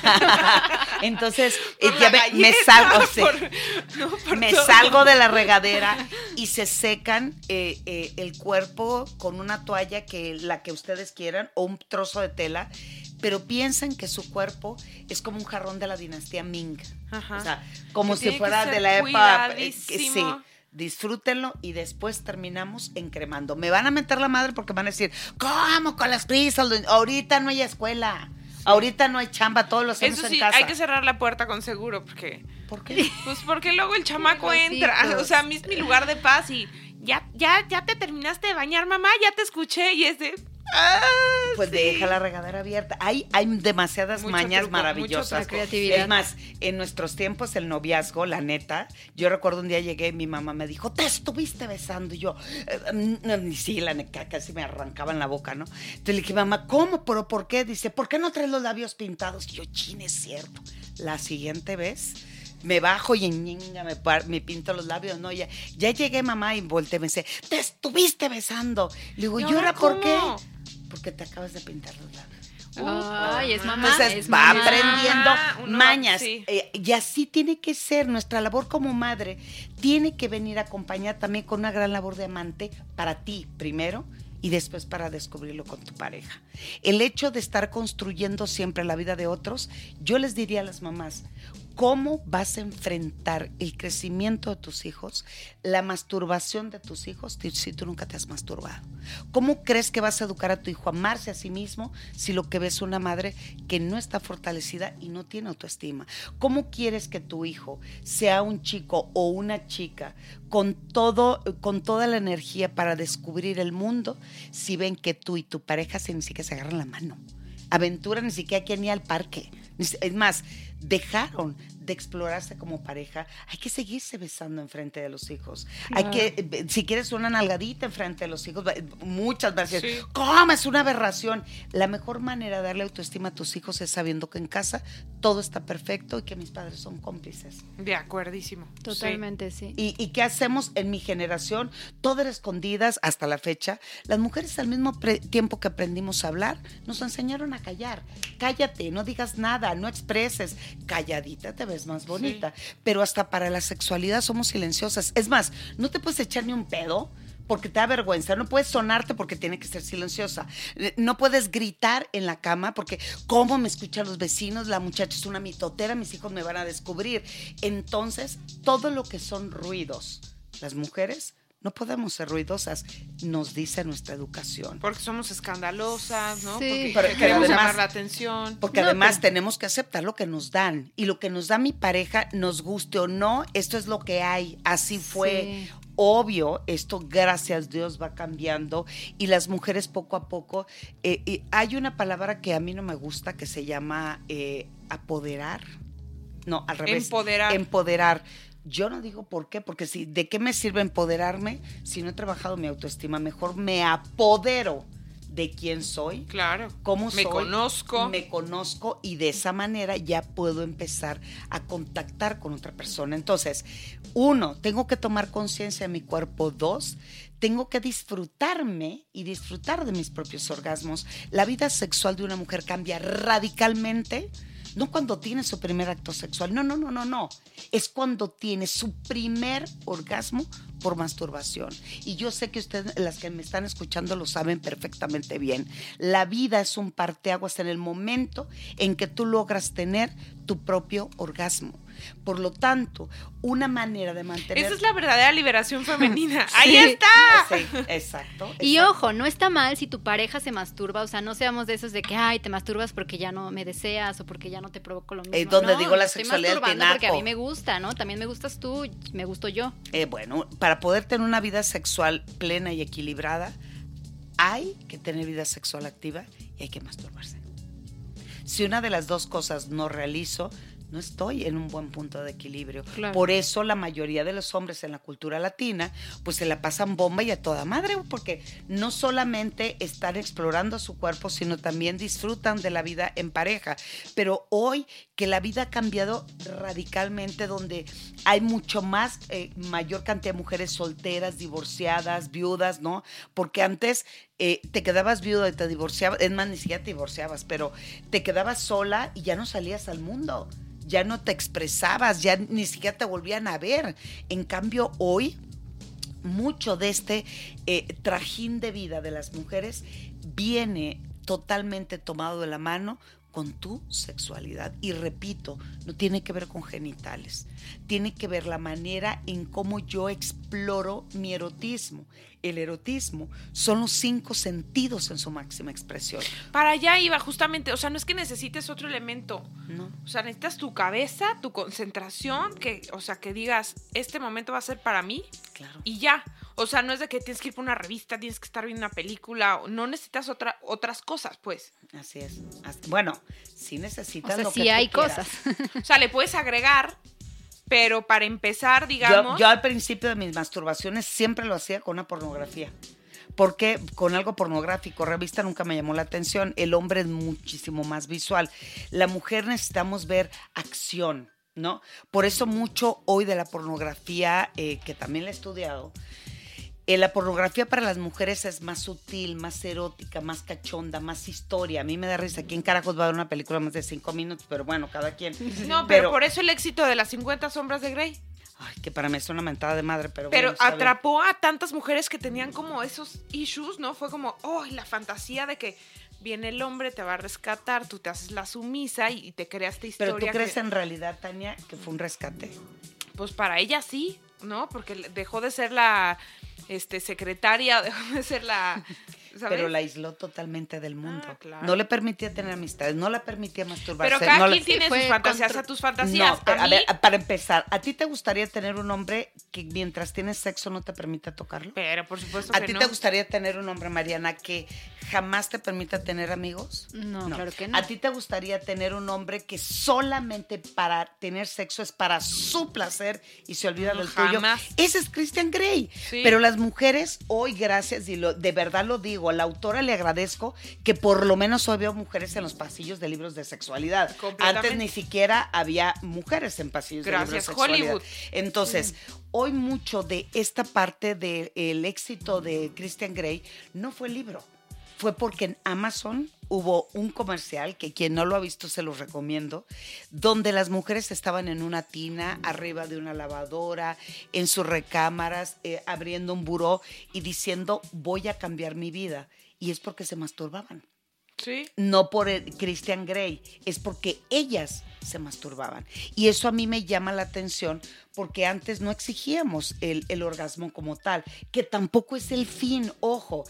Entonces, Por ya la me galleta, salgo, sí. por Me todo. salgo de la regadera y se secan el cuerpo con una toalla la que ustedes quieran o un trozo de tela, pero piensen que su cuerpo es como un jarrón de la dinastía Ming. Ajá. O sea, como Que si tiene que fuera ser de la época. cuidadísimo. Sí. Disfrútenlo y después terminamos encremando. Me van a meter la madre porque van a decir, ¿cómo con las prisas? Ahorita no hay escuela, ahorita no hay chamba, todos lo hacemos Eso en sí, casa. hay que cerrar la puerta con seguro, porque ¿Por qué? pues porque luego el chamaco Cositos. entra. O sea, a mí es mi lugar de paz y ya te terminaste de bañar, mamá, ya te escuché y es de... Pues sí. deja la regadera abierta. Hay demasiadas Mucho mañas truco, maravillosas. mucho La creatividad. Es más, en nuestros tiempos el noviazgo, la neta, yo recuerdo un día llegué y mi mamá me dijo, te estuviste besando. Y yo, sí, la neta, casi me arrancaban la boca, ¿no? Entonces le dije, mamá, ¿cómo? ¿Pero por qué? Dice, ¿por qué no traes los labios pintados? Y yo, chin, es cierto. La siguiente vez me bajo y me pinto los labios, ¿no? Ya llegué, mamá, y volteé, me dice, te estuviste besando. Le digo, ¿Y ¿y ahora ahora por qué? cómo? Porque te acabas de pintar los labios. Ay, es mamá. Entonces es va mamá. aprendiendo Uno, mañas. sí. Y así tiene que ser. Nuestra labor como madre tiene que venir acompañada también con una gran labor de amante para ti primero y después para descubrirlo con tu pareja. El hecho de estar construyendo siempre la vida de otros, yo les diría a las mamás, ¿cómo vas a enfrentar el crecimiento de tus hijos, la masturbación de tus hijos si tú nunca te has masturbado? ¿Cómo crees que vas a educar a tu hijo a amarse a sí mismo si lo que ves es una madre que no está fortalecida y no tiene autoestima? ¿Cómo quieres que tu hijo sea un chico o una chica con toda la energía para descubrir el mundo si ven que tú y tu pareja ni siquiera se agarran la mano? Aventura ni siquiera quieren ir al parque. Es más, dejaron de explorarse como pareja. Hay que seguirse besando enfrente de los hijos. Claro. Hay que, si quieres una nalgadita enfrente de los hijos, muchas veces, Sí. ¿cómo? Es una aberración. La mejor manera de darle autoestima a tus hijos es sabiendo que en casa todo está perfecto y que mis padres son cómplices. De acuerdísimo. Totalmente, sí. ¿Y qué hacemos en mi generación? Todo era escondidas hasta la fecha. Las mujeres al mismo tiempo que aprendimos a hablar, nos enseñaron a callar. Cállate, no digas nada, no expreses. Calladita te ves más bonita. Pero hasta para la sexualidad somos silenciosas. Es más, no te puedes echar ni un pedo porque te da vergüenza, no puedes sonarte porque tiene que ser silenciosa, no puedes gritar en la cama porque ¿cómo me escuchan los vecinos? La muchacha es una mitotera, mis hijos me van a descubrir. Entonces, todo lo que son ruidos, las mujeres no podemos ser ruidosas, nos dice nuestra educación. Porque somos escandalosas, ¿no? Sí. Porque Pero queremos además- llamar la atención. Porque No, además pero- tenemos que aceptar lo que nos dan. Y lo que nos da mi pareja, nos guste o no, esto es lo que hay. Así fue. Sí. Obvio, esto, gracias a Dios, va cambiando. Y las mujeres poco a poco. Hay una palabra que a mí no me gusta que se llama apoderar. No, al revés. Empoderar. Empoderar. Yo no digo por qué, porque si, ¿de qué me sirve empoderarme si no he trabajado mi autoestima? Mejor me apodero de quién soy, Claro. cómo soy, Me conozco y de esa manera ya puedo empezar a contactar con otra persona. Entonces, 1, tengo que tomar conciencia de mi cuerpo. 2, tengo que disfrutarme y disfrutar de mis propios orgasmos. La vida sexual de una mujer cambia radicalmente. No cuando tiene su primer acto sexual, no. Es cuando tiene su primer orgasmo por masturbación. Y yo sé que ustedes, las que me están escuchando, lo saben perfectamente bien. La vida es un parteaguas en el momento en que tú logras tener tu propio orgasmo. Por lo tanto, una manera de mantener... Esa es la verdadera liberación femenina. ¡Ahí Sí, está! Sí, exacto. Y ojo, no está mal si tu pareja se masturba, o sea, no seamos de esos de que, ay, te masturbas porque ya no me deseas o porque ya no te provoco lo mismo. Es donde no, digo la estoy sexualidad masturbando porque a tinaco. mí me gusta, ¿no? También me gustas tú, me gusto yo. Bueno, para poder tener una vida sexual plena y equilibrada, hay que tener vida sexual activa y hay que masturbarse. Si una de las dos cosas no realizo, no estoy en un buen punto de equilibrio. Claro. Por eso la mayoría de los hombres en la cultura latina pues se la pasan bomba y a toda madre, porque no solamente están explorando su cuerpo, sino también disfrutan de la vida en pareja. Pero hoy que la vida ha cambiado radicalmente, donde hay mucho más, mayor cantidad de mujeres solteras, divorciadas, viudas, ¿no? Porque antes te quedabas viuda y te divorciabas, es más, ni siquiera te divorciabas, pero te quedabas sola y ya no salías al mundo. Ya no te expresabas, ya ni siquiera te volvían a ver. En cambio, hoy, mucho de este trajín de vida de las mujeres viene totalmente tomado de la mano con tu sexualidad. Y repito, no tiene que ver con genitales, tiene que ver la manera en cómo yo exploro mi erotismo. El erotismo son los 5 sentidos en su máxima expresión. Para allá iba justamente, o sea, no es que necesites otro elemento. No. O sea, necesitas tu cabeza, tu concentración, o sea, que digas, este momento va a ser para mí. Claro. Y ya. O sea, no es de que tienes que ir por una revista, tienes que estar viendo una película, no necesitas otras cosas, pues. Así es. Bueno, sí necesitas O sea, lo sí que hay tú quieras. cosas. O sea, le puedes agregar, pero para empezar, digamos... Yo al principio de mis masturbaciones siempre lo hacía con una pornografía. Porque con algo pornográfico, revista nunca me llamó la atención. El hombre es muchísimo más visual. La mujer necesitamos ver acción, ¿no? Por eso mucho hoy de la pornografía, que también la he estudiado, la pornografía para las mujeres es más sutil, más erótica, más cachonda, más historia. A mí me da risa. ¿Quién carajos va a ver una película más de 5 minutos? Pero bueno, cada quien. No, pero por eso el éxito de las 50 sombras de Grey. Ay, que para mí es una mentada de madre, pero Pero bueno, está bien. atrapó a tantas mujeres que tenían como esos issues, ¿no? Fue como, la fantasía de que viene el hombre, te va a rescatar, tú te haces la sumisa y te creas esta historia. Pero tú crees en realidad, Tania, que fue un rescate. Pues para ella sí, ¿no? Porque dejó de ser la secretaria, dejó de ser la... ¿sabes? Pero la aisló totalmente del mundo. Claro. No le permitía tener amistades, no la permitía masturbarse. Pero cada no quien tiene fue sus fantasías, contra- a tus fantasías. No, pero, a a mí, ver, para empezar, ¿a ti te gustaría tener un hombre que mientras tienes sexo no te permita tocarlo? pero por supuesto ¿A que ti no. te gustaría tener un hombre, Mariana, que jamás te permita tener amigos? No, claro que no. ¿A ti te gustaría tener un hombre que solamente para tener sexo es para su placer y se olvida No, del tuyo? jamás. Ese es Christian Grey. Sí. Pero las mujeres hoy, gracias, y de verdad lo digo, a la autora le agradezco que por lo menos hoy veo mujeres en los pasillos de libros de sexualidad. Completamente. Antes ni siquiera había mujeres en pasillos de libros de Gracias, sexualidad. Hollywood. Entonces, hoy mucho de esta parte del éxito de Christian Grey no fue el libro. Fue porque en Amazon hubo un comercial, que quien no lo ha visto se lo recomiendo, donde las mujeres estaban en una tina, arriba de una lavadora, en sus recámaras, abriendo un buró y diciendo, voy a cambiar mi vida. Y es porque se masturbaban. Sí. No por Christian Grey, es porque ellas se masturbaban. Y eso a mí me llama la atención porque antes no exigíamos el orgasmo como tal, que tampoco es el fin, ojo.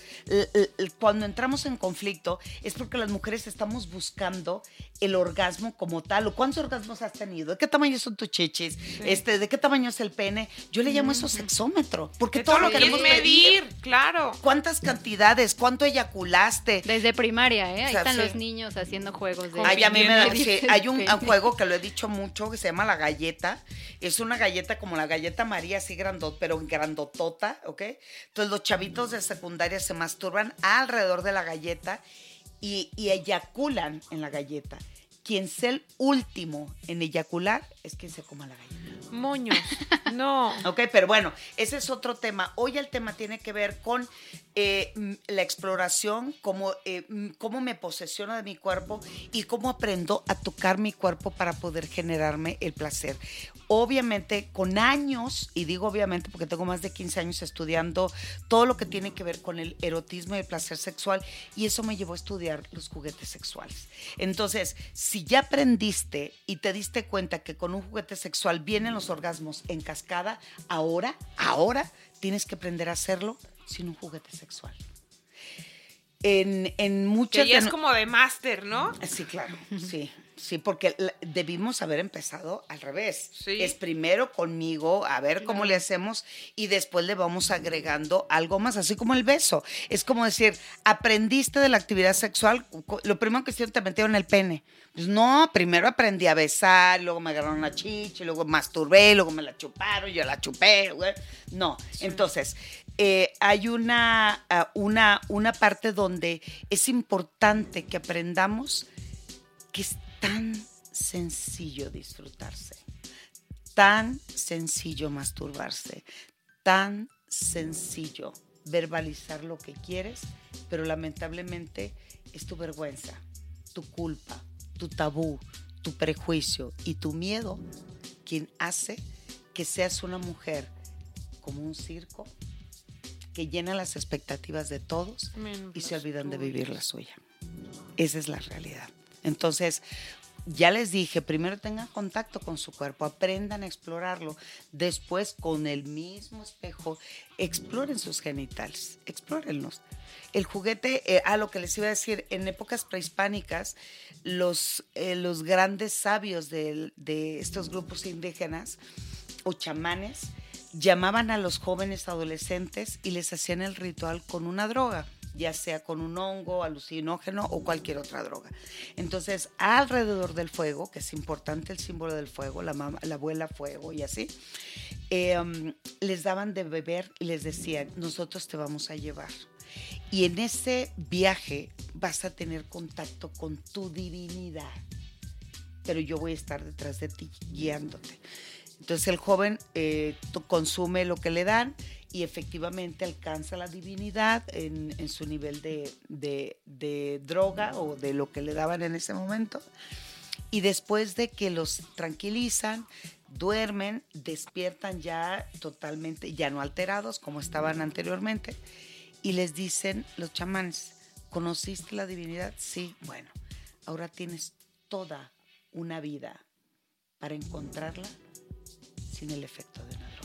Cuando entramos en conflicto es porque las mujeres estamos buscando el orgasmo como tal. ¿Cuántos orgasmos has tenido? ¿De qué tamaño son tus chichis? Sí. ¿De qué tamaño es el pene? Yo le llamo eso sexómetro, porque Que todo todo lo lo quieres queremos medir. medir, claro. ¿Cuántas cantidades? ¿Cuánto eyaculaste? Desde primaria, ¿eh? Ahí O sea, están sí. los niños haciendo juegos de... Ay, a mí me da, de- sí, hay un juego juego que lo he dicho mucho, que se llama la galleta. Es una galleta como la galleta María, así pero grandotota, ¿ok? Entonces los chavitos de secundaria se masturban alrededor de la galleta y eyaculan en la galleta. Quien sea el último en eyacular es quien se coma la galleta. Moños, no. Ok, pero bueno, ese es otro tema. Hoy el tema tiene que ver con la exploración, cómo me posesiono de mi cuerpo y cómo aprendo a tocar mi cuerpo para poder generarme el placer. Obviamente, con años, y digo obviamente porque tengo más de 15 años estudiando todo lo que tiene que ver con el erotismo y el placer sexual, y eso me llevó a estudiar los juguetes sexuales. Entonces, si ya aprendiste y te diste cuenta que con un juguete sexual vienen los orgasmos en cascada, ahora tienes que aprender a hacerlo sin un juguete sexual. En muchas... Que ya es como de máster, ¿no? Sí, claro, sí, porque debimos haber empezado al revés. Sí. Es primero conmigo, a ver cómo le hacemos, y después le vamos agregando algo más, así como el beso. Es como decir, aprendiste de la actividad sexual, lo primero que hicieron te metieron el pene. Pues no, primero aprendí a besar, luego me agarraron la chicha, luego masturbé, luego me la chuparon, yo la chupé, güey. No, sí. Entonces... hay una parte donde es importante que aprendamos que es tan sencillo disfrutarse, tan sencillo masturbarse, tan sencillo verbalizar lo que quieres, pero lamentablemente es tu vergüenza, tu culpa, tu tabú, tu prejuicio y tu miedo quien hace que seas una mujer como un circo que llena las expectativas de todos y se olvidan de vivir la suya. Esa es la realidad. Entonces, ya les dije, primero tengan contacto con su cuerpo, aprendan a explorarlo. Después, con el mismo espejo, exploren sus genitales, explórenlos. El juguete, lo que les iba a decir, en épocas prehispánicas, los grandes sabios de estos grupos indígenas o chamanes llamaban a los jóvenes adolescentes y les hacían el ritual con una droga, ya sea con un hongo, alucinógeno o cualquier otra droga. Entonces, alrededor del fuego, que es importante el símbolo del fuego, la abuela fuego y así, les daban de beber y les decían, nosotros te vamos a llevar. Y en ese viaje vas a tener contacto con tu divinidad, pero yo voy a estar detrás de ti guiándote. Entonces el joven consume lo que le dan y efectivamente alcanza la divinidad en su nivel de droga o de lo que le daban en ese momento. Y después de que los tranquilizan, duermen, despiertan ya totalmente, ya no alterados como estaban anteriormente, y les dicen los chamanes, ¿conociste la divinidad? Sí, bueno, ahora tienes toda una vida para encontrarla sin el efecto de una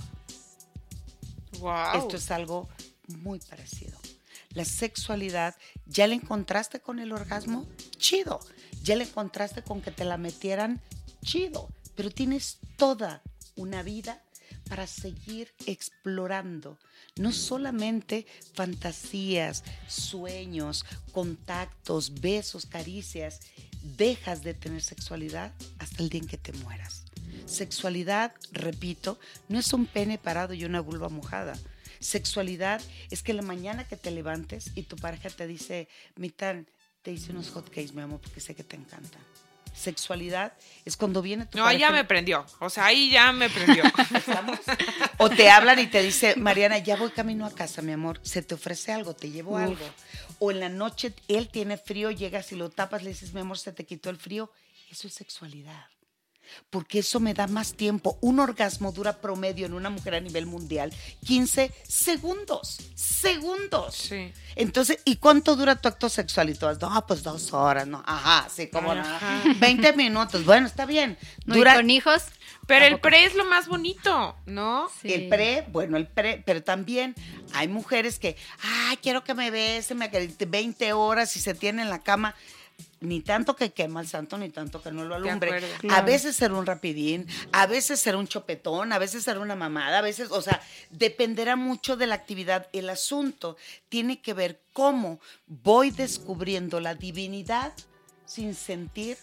droga. Wow. Esto es algo muy parecido. La sexualidad, ¿ya la encontraste con el orgasmo? Chido. ¿Ya la encontraste con que te la metieran? Chido. Pero tienes toda una vida para seguir explorando. No solamente fantasías, sueños, contactos, besos, caricias. Dejas de tener sexualidad hasta el día en que te mueras. Sexualidad, repito, no es un pene parado y una vulva mojada. Sexualidad es que la mañana que te levantes y tu pareja te dice, Mitán, te hice unos hotcakes, mi amor, porque sé que te encantan. Sexualidad es cuando viene tu pareja. No, ya me prendió. O sea, ahí ya me prendió. ¿Estamos? O te hablan y te dice, Mariana, ya voy camino a casa, mi amor. Se te ofrece algo, te llevo algo. O en la noche él tiene frío, llegas y lo tapas, le dices, mi amor, se te quitó el frío. Eso es sexualidad. Porque eso me da más tiempo. Un orgasmo dura promedio en una mujer a nivel mundial 15 segundos. ¡Segundos! Sí. Entonces, ¿y cuánto dura tu acto sexual? Y todas, no, pues 2 horas, ¿no? Ajá, sí, cómo no. 20 minutos, bueno, está bien. Dura... ¿Y con hijos? Pero el pre es lo más bonito, ¿no? Sí. El pre, pero también hay mujeres que, quiero que me besen, me acaricie 20 horas y se tienen en la cama. Ni tanto que quema el santo, ni tanto que no lo alumbre. Claro. A veces será un rapidín, a veces será un chopetón, a veces será una mamada, a veces, o sea, dependerá mucho de la actividad. El asunto tiene que ver cómo voy descubriendo la divinidad sin sentir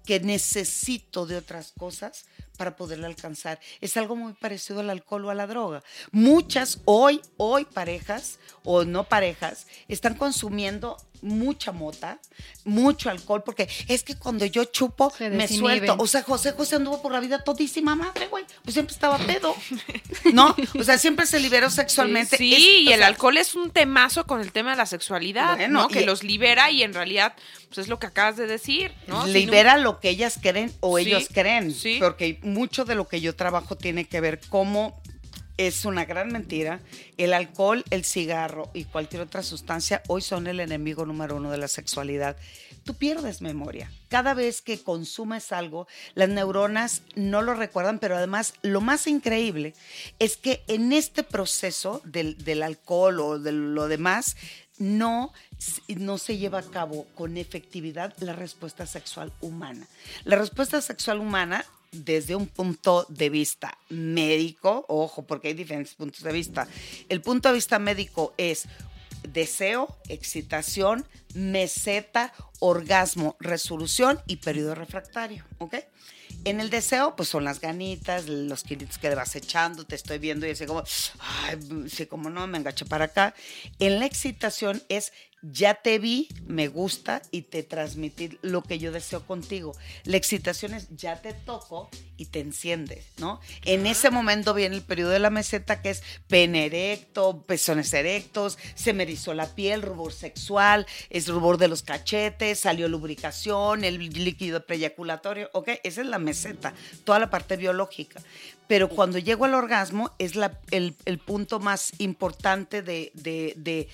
que necesito de otras cosas para poderla alcanzar. Es algo muy parecido al alcohol o a la droga. Muchas hoy parejas o no parejas están consumiendo mucha mota, mucho alcohol, porque es que cuando yo chupo me suelto. O sea, José anduvo por la vida todísima madre, güey. Pues siempre estaba pedo, ¿no? O sea, siempre se liberó sexualmente. Sí, y el alcohol es un temazo con el tema de la sexualidad, bueno, ¿no? Que los libera y en realidad, pues es lo que acabas de decir, ¿no? Libera lo que ellas creen o Sí, ellos creen. sí. Porque mucho de lo que yo trabajo tiene que ver cómo es una gran mentira. El alcohol, el cigarro y cualquier otra sustancia hoy son el enemigo número 1 de la sexualidad. Tú pierdes memoria. Cada vez que consumes algo, las neuronas no lo recuerdan, pero además lo más increíble es que en este proceso del alcohol o de lo demás, no se lleva a cabo con efectividad la respuesta sexual humana. La respuesta sexual humana, desde un punto de vista médico, ojo, porque hay diferentes puntos de vista. El punto de vista médico es deseo, excitación, meseta, orgasmo, resolución y periodo refractario, ¿ok? En el deseo, pues son las ganitas, los kilitos que vas echando, te estoy viendo y así como, ay, sí, como no, me enganché para acá. En la excitación es, ya te vi, me gusta y te transmití lo que yo deseo contigo. La excitación es, ya te toco y te enciendes, ¿no? En ese momento viene el periodo de la meseta, que es pene erecto, pezones erectos, se me erizó la piel, rubor sexual, es rubor de los cachetes, salió lubricación, el líquido preeyaculatorio, ¿ok? Esa es la meseta, toda la parte biológica. Pero cuando llego al orgasmo es el punto más importante de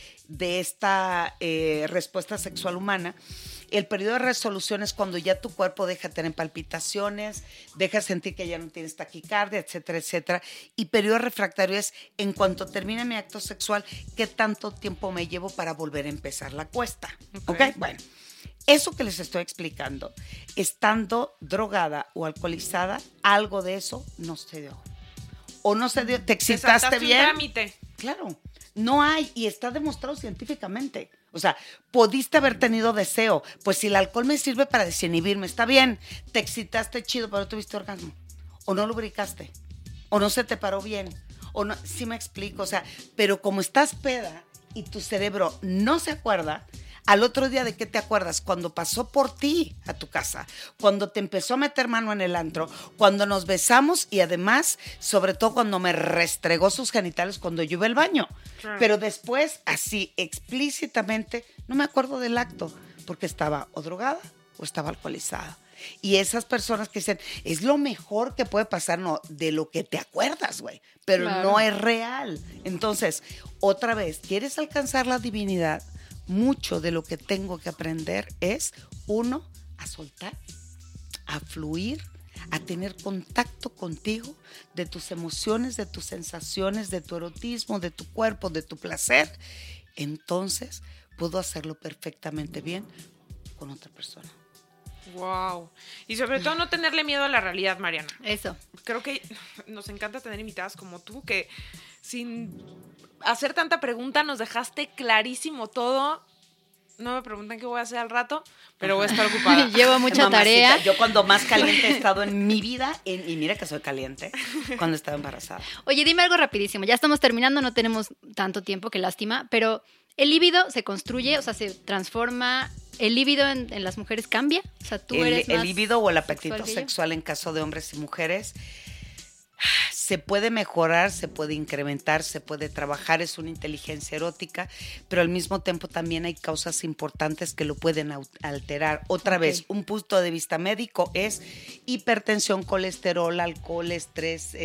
esta respuesta sexual humana. El periodo de resolución es cuando ya tu cuerpo deja de tener palpitaciones, deja de sentir que ya no tienes taquicardia, etcétera, etcétera. Y periodo refractario es en cuanto termine mi acto sexual, ¿qué tanto tiempo me llevo para volver a empezar la cuesta? ¿Ok? Bueno. Eso que les estoy explicando, estando drogada o alcoholizada, algo de eso no se dio. O no se dio, te excitaste bien. Un trámite. Claro, no hay y está demostrado científicamente. O sea, pudiste haber tenido deseo. Pues si el alcohol me sirve para desinhibirme, está bien. Te excitaste chido, pero no tuviste orgasmo. O no lubricaste. O no se te paró bien. O no, sí me explico. O sea, pero como estás peda y tu cerebro no se acuerda, al otro día, ¿de qué te acuerdas? Cuando pasó por ti a tu casa, cuando te empezó a meter mano en el antro, cuando nos besamos y además, sobre todo cuando me restregó sus genitales cuando yo iba al baño. Claro. Pero después, así explícitamente, no me acuerdo del acto, porque estaba o drogada o estaba alcoholizada. Y esas personas que dicen, es lo mejor que puede pasar, no, de lo que te acuerdas, güey, pero claro, no es real. Entonces, otra vez, ¿quieres alcanzar la divinidad? Mucho de lo que tengo que aprender es, uno, a soltar, a fluir, a tener contacto contigo, de tus emociones, de tus sensaciones, de tu erotismo, de tu cuerpo, de tu placer. Entonces, puedo hacerlo perfectamente bien con otra persona. Wow. Y sobre todo no tenerle miedo a la realidad, Mariana. Eso. Creo que nos encanta tener invitadas como tú, que sin hacer tanta pregunta nos dejaste clarísimo todo. No me preguntan qué voy a hacer al rato, pero voy a estar ocupada. Llevo mucha tarea. Yo cuando más caliente he estado en mi vida, y mira que soy caliente, cuando estaba embarazada. Oye, dime algo rapidísimo. Ya estamos terminando, no tenemos tanto tiempo, qué lástima, pero ¿el líbido se construye, o sea, se transforma? ¿El líbido en las mujeres cambia? O sea, ¿tú eres más el líbido o el apetito sexual sexual en caso de hombres y mujeres se puede mejorar, se puede incrementar, se puede trabajar, es una inteligencia erótica, pero al mismo tiempo también hay causas importantes que lo pueden alterar. Otra vez, un punto de vista médico es hipertensión, colesterol, alcohol, estrés,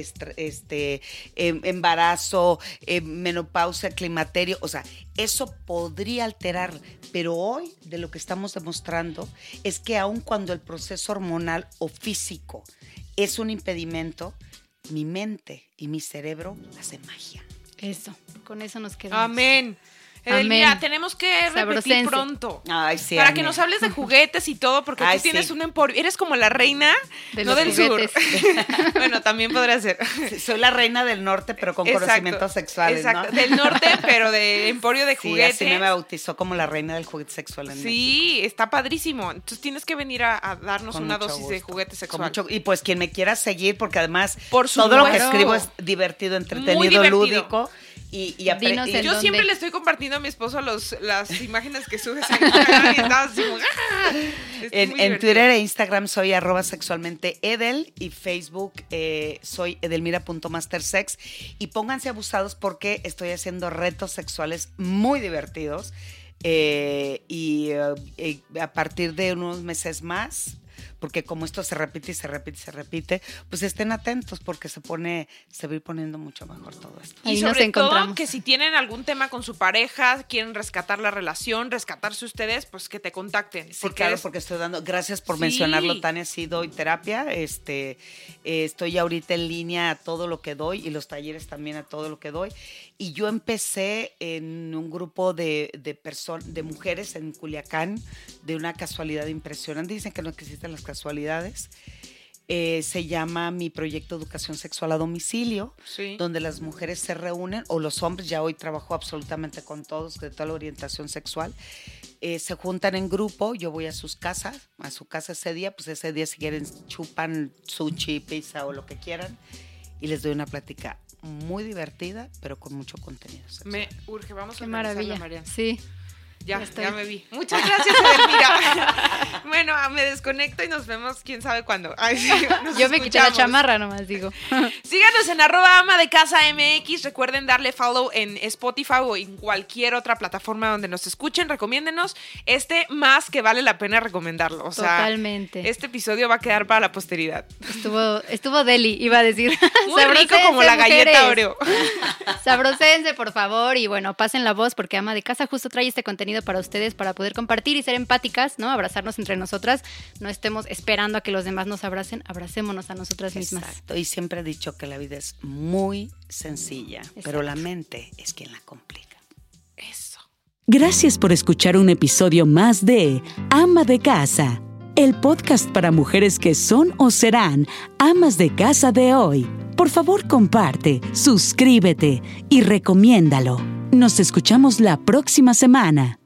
embarazo, menopausia, climaterio, o sea, eso podría alterar, pero hoy de lo que estamos demostrando es que aun cuando el proceso hormonal o físico es un impedimento, mi mente y mi cerebro hacen magia. Eso, con eso nos quedamos. Amén. Mira, tenemos que repetir pronto. Ay, sí, para que nos hables de juguetes y todo, porque tú tienes un emporio. Eres como la reina, de no del juguetes. sur. Bueno, también podría ser. Soy la reina del norte, pero con conocimientos sexuales, exacto. ¿no? Del norte, pero de emporio de juguetes. Sí, así me bautizó como la reina del juguete sexual en México. Sí, está padrísimo. Entonces tienes que venir a darnos Con una mucho dosis gusto. de juguete sexual. Y pues quien me quiera seguir, porque además Por todo lo que supuesto. escribo es divertido, entretenido, Muy divertido. lúdico. Y Dinos en Yo dónde. siempre le estoy compartiendo a mi esposo las imágenes que subes a Instagram y estaba así como, ¡ah! En Twitter e Instagram soy @sexualmenteedel y Facebook soy edelmira.mastersex. Y pónganse abusados porque estoy haciendo retos sexuales muy divertidos. A partir de unos meses más, porque como esto se repite y se repite y se repite, pues estén atentos porque se va a ir poniendo mucho mejor todo esto. Y Ahí nos sobre todo encontramos. que si tienen algún tema con su pareja, quieren rescatar la relación, rescatarse ustedes, pues que te contacten. Sí, claro, porque estoy dando, gracias por mencionarlo, Tania, sí doy terapia, estoy ahorita en línea a todo lo que doy y los talleres también a todo lo que doy. Y yo empecé en un grupo de mujeres en Culiacán, de una casualidad impresionante. Dicen que no existen las casualidades. Se llama mi proyecto Educación Sexual a Domicilio, Sí. donde las mujeres se reúnen, o los hombres, ya hoy trabajo absolutamente con todos, de toda la orientación sexual, se juntan en grupo, yo voy a su casa ese día, pues ese día si quieren chupan sushi, pizza o lo que quieran, y les doy una plática muy divertida, pero con mucho contenido sexual. Me urge, vamos Qué a maravilla. Mariana. Sí. Ya estoy. me vi. Muchas gracias, Edelmira. Bueno, me desconecto y nos vemos quién sabe cuándo. Ay, sí, Yo me quité la escuchamos. chamarra nomás, digo. Síganos en @amadecasa.mx. Recuerden darle follow en Spotify o en cualquier otra plataforma donde nos escuchen. Recomiéndenos más que vale la pena recomendarlo. O sea, Totalmente. este episodio va a quedar para la posteridad. Estuvo deli, iba a decir. Muy rico como la galleta Oreo. Sabroséense, por favor, y bueno, pasen la voz porque Ama de Casa justo trae este contenido para ustedes, para poder compartir y ser empáticas, ¿no? Abrazarnos entre nosotras. No estemos esperando a que los demás nos abracen, abracémonos a nosotras mismas. Exacto, y siempre he dicho que la vida es muy sencilla, pero la mente es quien la complica. Eso. Gracias por escuchar un episodio más de Ama de Casa, el podcast para mujeres que son o serán amas de casa de hoy. Por favor, comparte, suscríbete y recomiéndalo. Nos escuchamos la próxima semana.